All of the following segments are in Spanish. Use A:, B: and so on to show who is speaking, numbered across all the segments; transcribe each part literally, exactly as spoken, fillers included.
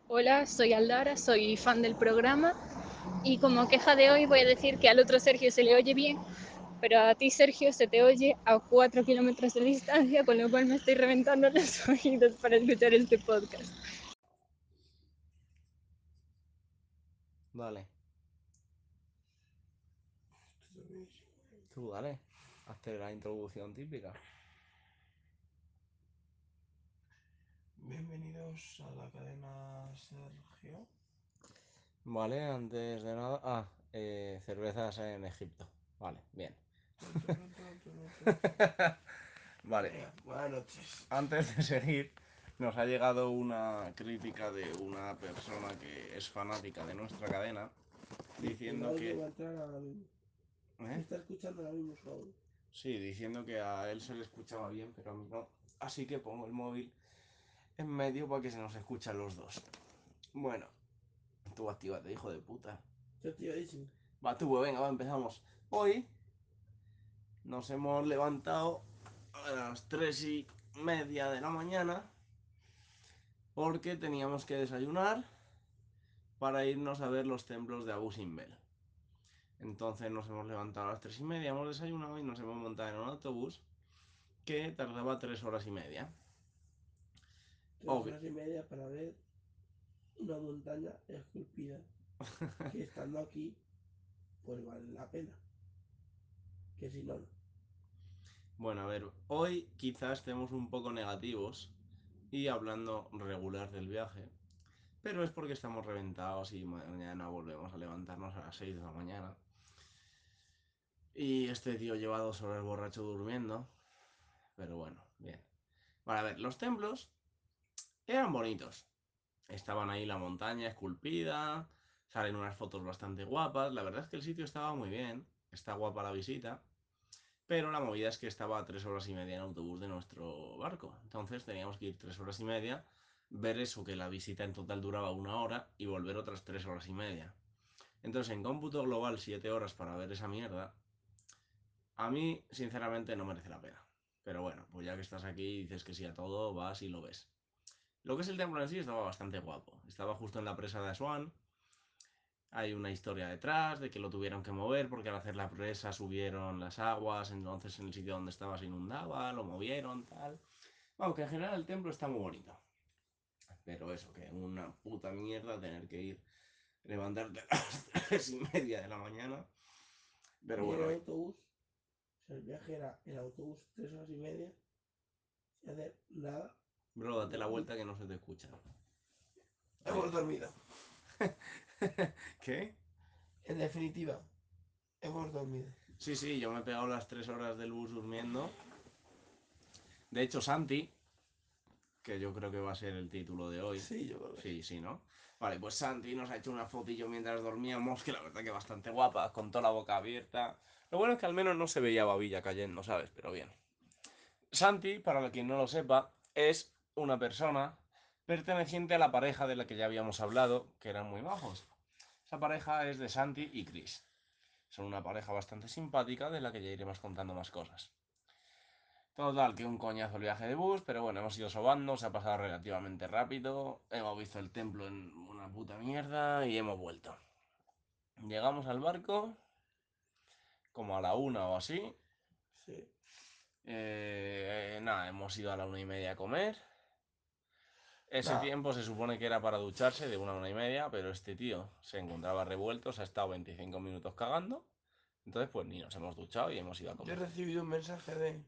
A: Hola, soy Aldara, soy fan del programa y como queja de hoy voy a decir que al otro Sergio se le oye bien, pero a ti Sergio se te oye a cuatro kilómetros de distancia, con lo cual me estoy reventando los oídos para escuchar este podcast.
B: Dale. Tú dale. Hazte la introducción típica.
C: Bienvenidos a la cadena Sergio.
B: Vale, antes de nada. Ah, eh, cervezas en Egipto. Vale, bien. Vale,
C: Venga, buenas noches.
B: antes de seguir, nos ha llegado una crítica de una persona que es fanática de nuestra cadena diciendo
C: Igual que
B: que.
C: va a entrar ahora mismo. Me
B: ¿Eh?
C: está escuchando ahora mismo su audio.
B: Sí, diciendo que a él se le escuchaba bien, pero a mí no. Así que pongo el móvil en medio para que se nos escuchen los dos. Bueno, tú actívate, hijo de puta.
C: Estoy activadísimo.
B: Va, tú, pues venga, va, empezamos. Hoy nos hemos levantado a las tres y media de la mañana porque teníamos que desayunar para irnos a ver los templos de Abu Simbel. Entonces nos hemos levantado a las tres y media, hemos desayunado y nos hemos montado en un autobús que tardaba tres horas y media.
C: Tres
B: Obvio.
C: horas y media para ver una montaña esculpida. Que estando aquí, pues vale la pena. Que si no, no.
B: Bueno, a ver, hoy quizás estemos un poco negativos y hablando regular del viaje, pero es porque estamos reventados y mañana volvemos a levantarnos a las seis de la mañana. Y este tío lleva dos horas borracho durmiendo. Pero bueno, bien. Vale, a ver, los templos eran bonitos. Estaban ahí la montaña esculpida. Salen unas fotos bastante guapas. La verdad es que el sitio estaba muy bien. Está guapa la visita. Pero la movida es que estaba a tres horas y media en autobús de nuestro barco. Entonces teníamos que ir tres horas y media. Ver eso, que la visita en total duraba una hora. Y volver otras tres horas y media. Entonces en cómputo global, siete horas para ver esa mierda. A mí, sinceramente, no merece la pena. Pero bueno, pues ya que estás aquí y dices que sí a todo, vas y lo ves. Lo que es el templo en sí estaba bastante guapo. Estaba justo en la presa de Aswan. Hay una historia detrás de que lo tuvieron que mover porque al hacer la presa subieron las aguas, entonces en el sitio donde estaba se inundaba, lo movieron, tal. Aunque en general el templo está muy bonito. Pero eso, que una puta mierda tener que ir, levantarte a las tres y media de la mañana. Pero
C: Y en
B: bueno,
C: el
B: bien.
C: autobús, o sea, el viaje era en autobús tres horas y media, sin hacer nada.
B: Bro, date la
C: Dormir.
B: vuelta que no se te escucha. Ahí.
C: Hemos dormido.
B: ¿Qué?
C: En definitiva, hemos dormido.
B: Sí, sí, yo me he pegado las tres horas del bus durmiendo. De hecho, Santi, que yo creo que va a ser el título de hoy.
C: Sí, yo creo que sí.
B: Sí, sí, ¿no? Vale, pues Santi nos ha hecho una fotillo mientras dormíamos, que la verdad que bastante guapa, con toda la boca abierta. Lo bueno es que al menos no se veía babilla cayendo, ¿sabes? Pero bien. Santi, para quien no lo sepa, es una persona perteneciente a la pareja de la que ya habíamos hablado, que eran muy majos. Esa pareja es de Santi y Chris. Son una pareja bastante simpática de la que ya iremos contando más cosas. Total, que un coñazo el viaje de bus, pero bueno, hemos ido sobando, se ha pasado relativamente rápido, hemos visto el templo en una puta mierda y hemos vuelto. Llegamos al barco como a la una o así.
C: Sí.
B: Eh, nada, hemos ido a la una y media a comer. Ese
C: Nada.
B: tiempo se supone que era para ducharse de una a una y media, pero este tío se encontraba revuelto, se ha estado veinticinco minutos cagando. Entonces, pues ni nos hemos duchado y hemos ido a
C: Yo he
B: comer.
C: recibido un mensaje de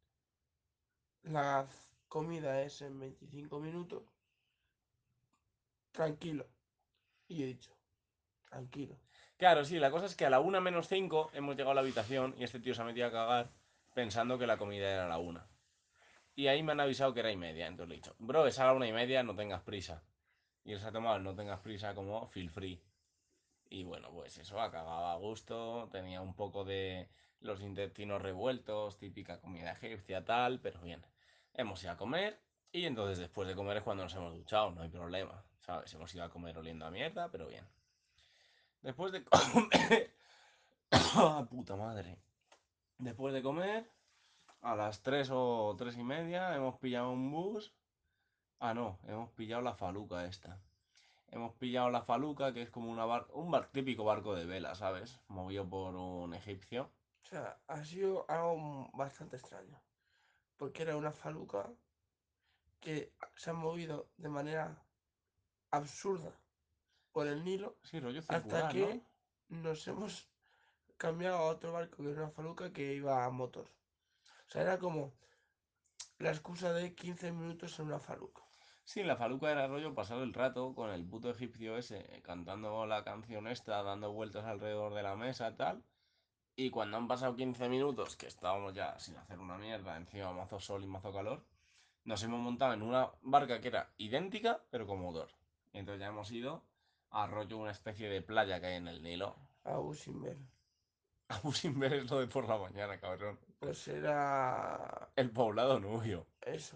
C: la comida es en veinticinco minutos. Tranquilo. Y he dicho, tranquilo.
B: Claro, sí, la cosa es que a la una menos cinco hemos llegado a la habitación y este tío se ha metido a cagar pensando que la comida era a la una. Y ahí me han avisado que era y media. Entonces le he dicho, bro, es a la una y media, no tengas prisa. Y él se ha tomado el no tengas prisa como feel free. Y bueno, pues eso, acababa a gusto, tenía un poco de los intestinos revueltos, típica comida egipcia, tal, pero bien. Hemos ido a comer y entonces después de comer es cuando nos hemos duchado, no hay problema, ¿sabes? Hemos ido a comer oliendo a mierda, pero bien. Después de comer... ¡Ah, puta madre! Después de comer, a las tres o tres y media hemos pillado un bus. Ah, no, hemos pillado la faluca esta. Hemos pillado la faluca, que es como una bar un bar típico barco de vela, ¿sabes? Movido por un egipcio.
C: O sea, ha sido algo bastante extraño. Porque era una faluca que se ha movido de manera absurda por el Nilo
B: Sí, rollo
C: hasta
B: circular, ¿no?
C: que nos hemos cambiado a otro barco que era una faluca que iba a motor. O sea, era como la excusa de quince minutos en una faluca.
B: Sí, la faluca era rollo pasar el rato con el puto egipcio ese, cantando la canción esta, dando vueltas alrededor de la mesa, tal. Y cuando han pasado quince minutos, que estábamos ya sin hacer una mierda, encima mazo sol y mazo calor, nos hemos montado en una barca que era idéntica, pero con motor. Y entonces ya hemos ido a rollo una especie de playa que hay en el Nilo.
C: Aún sin ver.
B: Aún sin ver es lo de por la mañana, cabrón.
C: Pues era
B: El poblado Nubio.
C: eso.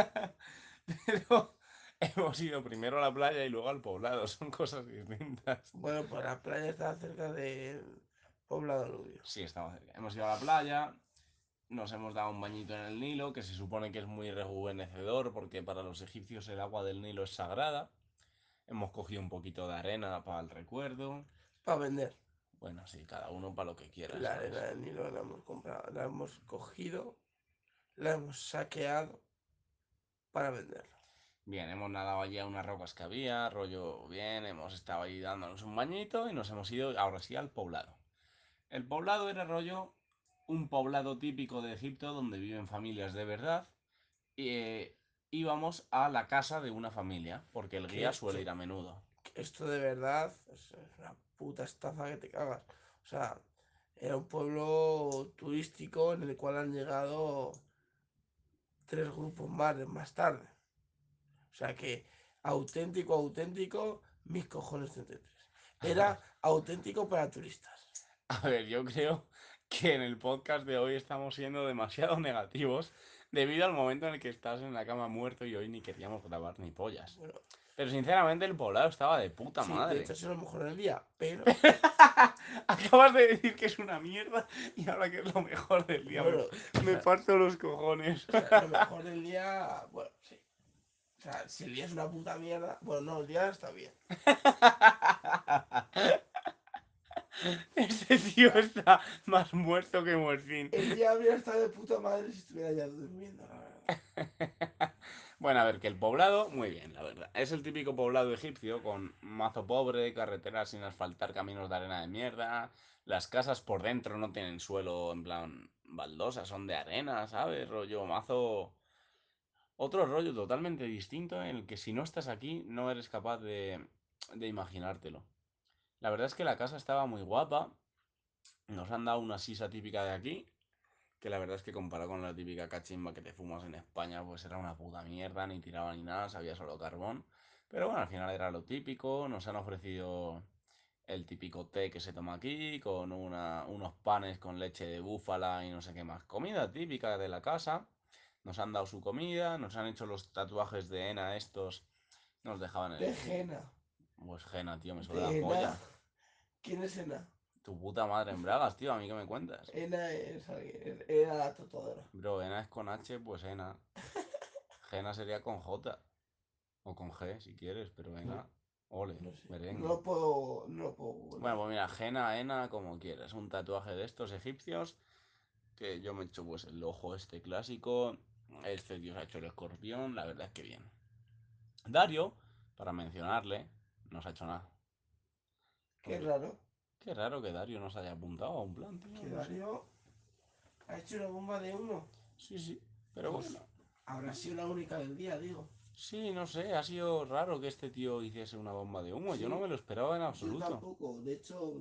B: Pero hemos ido primero a la playa y luego al poblado, son cosas distintas.
C: Bueno, pues la playa está cerca del poblado Nubio.
B: Sí, estamos cerca. Hemos ido a la playa, nos hemos dado un bañito en el Nilo, que se supone que es muy rejuvenecedor porque para los egipcios el agua del Nilo es sagrada. Hemos cogido un poquito de arena para el recuerdo.
C: Para vender.
B: Bueno, sí, cada uno para lo que quiera,
C: La
B: ¿sabes?
C: arena del Nilo la hemos comprado, la hemos cogido, la hemos saqueado para venderla.
B: Bien, hemos nadado allí a unas rocas que había, rollo bien, hemos estado ahí dándonos un bañito y nos hemos ido ahora sí al poblado. El poblado era rollo un poblado típico de Egipto donde viven familias de verdad. Y eh, íbamos a la casa de una familia, porque el
C: Que
B: guía suele
C: esto,
B: ir a menudo.
C: que esto de verdad es una puta estafa que te cagas. O sea, era un pueblo turístico en el cual han llegado tres grupos más de- más tarde. O sea que auténtico, auténtico, mis cojones treinta y tres. Era auténtico para turistas.
B: A ver, yo creo que en el podcast de hoy estamos siendo demasiado negativos debido al momento en el que estás en la cama muerto y hoy ni queríamos grabar ni pollas.
C: Bueno,
B: Pero sinceramente el poblado estaba de puta
C: sí, de
B: madre.
C: hecho ha sido lo mejor del día, pero
B: Acabas de decir que es una mierda y ahora que es lo mejor del día. Me,
C: bueno, o
B: me
C: sea,
B: parto los cojones.
C: o sea, lo mejor del día, bueno, sí. O sea, si el día es una puta mierda, bueno, no, el día está bien.
B: Este
C: O
B: tío
C: sea,
B: está más muerto que muertín.
C: el día habría estado de puta madre si estuviera ya durmiendo, la verdad.
B: Bueno, a ver, que el poblado, muy bien, la verdad. Es el típico poblado egipcio con mazo pobre, carreteras sin asfaltar, caminos de arena de mierda. Las casas por dentro no tienen suelo en plan baldosa, son de arena, ¿sabes? Rollo mazo. Otro rollo totalmente distinto en el que si no estás aquí no eres capaz de, de imaginártelo. La verdad es que la casa estaba muy guapa. Nos han dado una sisa típica de aquí, que la verdad es que comparado con la típica cachimba que te fumas en España, pues era una puta mierda, ni tiraba ni nada, sabía solo carbón. Pero bueno, al final era lo típico, nos han ofrecido el típico té que se toma aquí, con una, unos panes con leche de búfala y no sé qué más. Comida típica de la casa. Nos han dado su comida, nos han hecho los tatuajes de henna estos, nos dejaban
C: De
B: elegir.
C: Jena.
B: Pues henna, tío, me suena la
C: De Ena.
B: polla.
C: ¿Quién es Ena?
B: Tu puta madre en bragas, tío, a mí qué me cuentas.
C: Ena es alguien, era la tatuadora.
B: Bro, henna es con H, pues henna. Jena sería con J. O con G, si quieres, pero henna. Ole,
C: No sé. No
B: merengue.
C: lo puedo. No lo puedo
B: Bueno,
C: googlear.
B: pues mira, Jena, henna, como quieras. Un tatuaje de estos egipcios. Que yo me he hecho pues el ojo este clásico. Este tío se ha hecho el escorpión. La verdad es que bien. Dario, para mencionarle, no se ha hecho nada.
C: Qué
B: Porque
C: raro.
B: qué raro que Dario no se haya apuntado a un plan, tío.
C: Que
B: No sé.
C: Dario ha hecho una bomba de humo.
B: Sí, sí. Pero
C: Pues
B: bueno.
C: habrá sido la única del día, digo.
B: Sí, no sé. Ha sido raro que este tío hiciese una bomba de humo. Yo no
C: Sí,
B: me lo esperaba en
C: yo
B: absoluto.
C: tampoco. De hecho,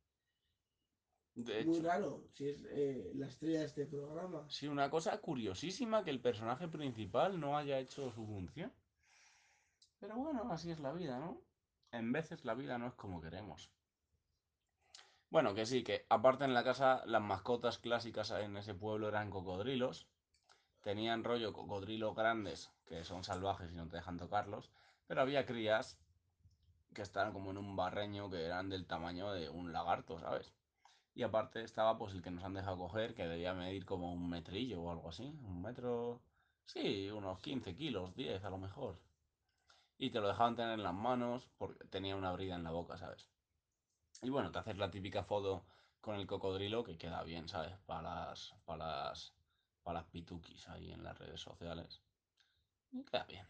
B: De
C: muy
B: hecho,
C: raro. Si es eh, la estrella de este programa.
B: sí, una cosa curiosísima que el personaje principal no haya hecho su función. Pero bueno, así es la vida, ¿no? En veces la vida no es como queremos. Bueno, que sí, que aparte en la casa las mascotas clásicas en ese pueblo eran cocodrilos. Tenían rollo cocodrilos grandes, que son salvajes y no te dejan tocarlos. Pero había crías que estaban como en un barreño que eran del tamaño de un lagarto, ¿sabes? Y aparte estaba pues el que nos han dejado coger, que debía medir como un metrillo o algo así. Un metro. Sí, unos
C: Sí.
B: quince kilos, diez a lo mejor. y te lo dejaban tener en las manos porque tenía una brida en la boca, ¿sabes? Y bueno, te haces la típica foto con el cocodrilo que queda bien, ¿sabes? Para las, para las, para las pituquis ahí en las redes sociales. Y queda bien.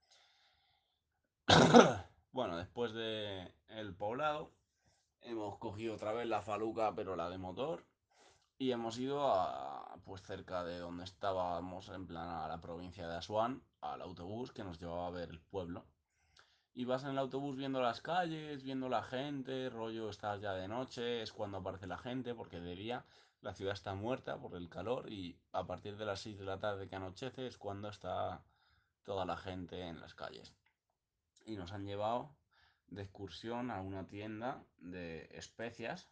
B: Bueno, después de el poblado, hemos cogido otra vez la faluca, pero la de motor. Y hemos ido a, pues cerca de donde estábamos, en plan a la provincia de Asuán, al autobús que nos llevaba a ver el pueblo. Y vas en el autobús viendo las calles, viendo la gente, rollo, estás ya de noche, es cuando aparece la gente, porque de día la ciudad está muerta por el calor y a partir de las seis de la tarde que anochece es cuando está toda la gente en las calles. Y nos han llevado de excursión a una tienda de especias.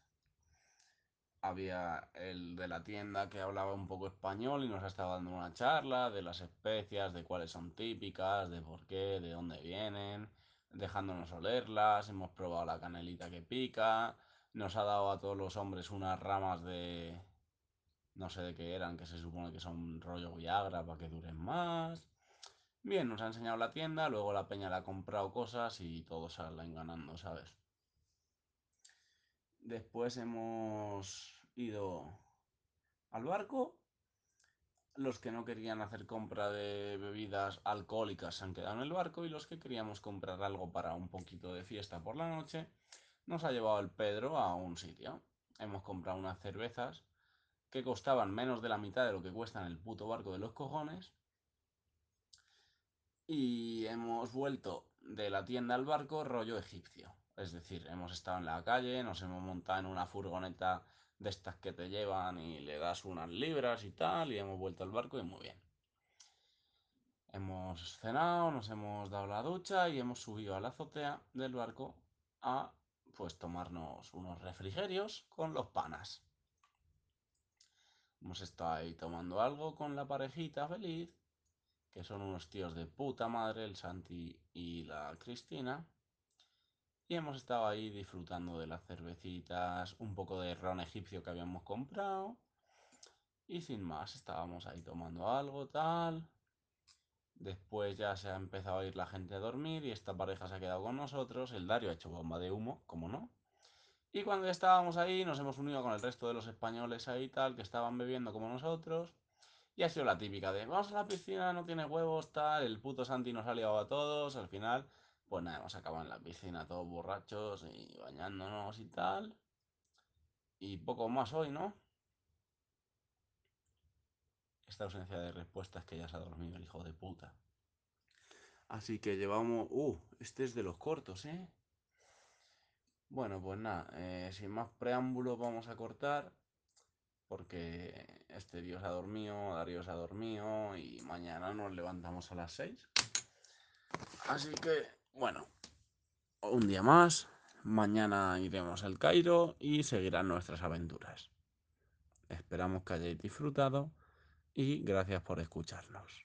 B: Había el de la tienda que hablaba un poco español y nos estaba dando una charla de las especias, de cuáles son típicas, de por qué, de dónde vienen, dejándonos olerlas. Hemos probado la canelita que pica. Nos ha dado a todos los hombres unas ramas de... no sé de qué eran, que se supone que son rollo Viagra para que duren más. Bien, nos ha enseñado la tienda, luego la peña le ha comprado cosas y todos salen ganando, ¿sabes? Después hemos ido al barco. Los que no querían hacer compra de bebidas alcohólicas se han quedado en el barco y los que queríamos comprar algo para un poquito de fiesta por la noche, nos ha llevado el Pedro a un sitio. Hemos comprado unas cervezas que costaban menos de la mitad de lo que cuesta en el puto barco de los cojones. Y hemos vuelto de la tienda al barco rollo egipcio. Es decir, hemos estado en la calle, nos hemos montado en una furgoneta de estas que te llevan y le das unas libras y tal, y hemos vuelto al barco y muy bien. Hemos cenado, nos hemos dado la ducha y hemos subido a la azotea del barco a pues tomarnos unos refrigerios con los panas. Hemos estado ahí tomando algo con la parejita feliz, que son unos tíos de puta madre, el Santi y la Cristina. Y hemos estado ahí disfrutando de las cervecitas, un poco de ron egipcio que habíamos comprado. Y sin más, estábamos ahí tomando algo, tal. Después ya se ha empezado a ir la gente a dormir y esta pareja se ha quedado con nosotros. El Dario ha hecho bomba de humo, como no. Y cuando ya estábamos ahí, nos hemos unido con el resto de los españoles ahí, tal, que estaban bebiendo como nosotros. Y ha sido la típica de, vamos a la piscina, no tiene huevos, tal. El puto Santi nos ha liado a todos. Al final, pues nada, hemos acabado en la piscina todos borrachos y bañándonos y tal. Y poco más hoy, ¿no? Esta ausencia de respuesta es que ya se ha dormido el hijo de puta. Así que llevamos... Uh, este es de los cortos, ¿eh? Bueno, pues nada, eh, sin más preámbulos vamos a cortar. Porque este Dios ha dormido, Darío se ha dormido y mañana nos levantamos a las seis. Así que, bueno, un día más. Mañana iremos al Cairo y seguirán nuestras aventuras. Esperamos que hayáis disfrutado y gracias por escucharnos.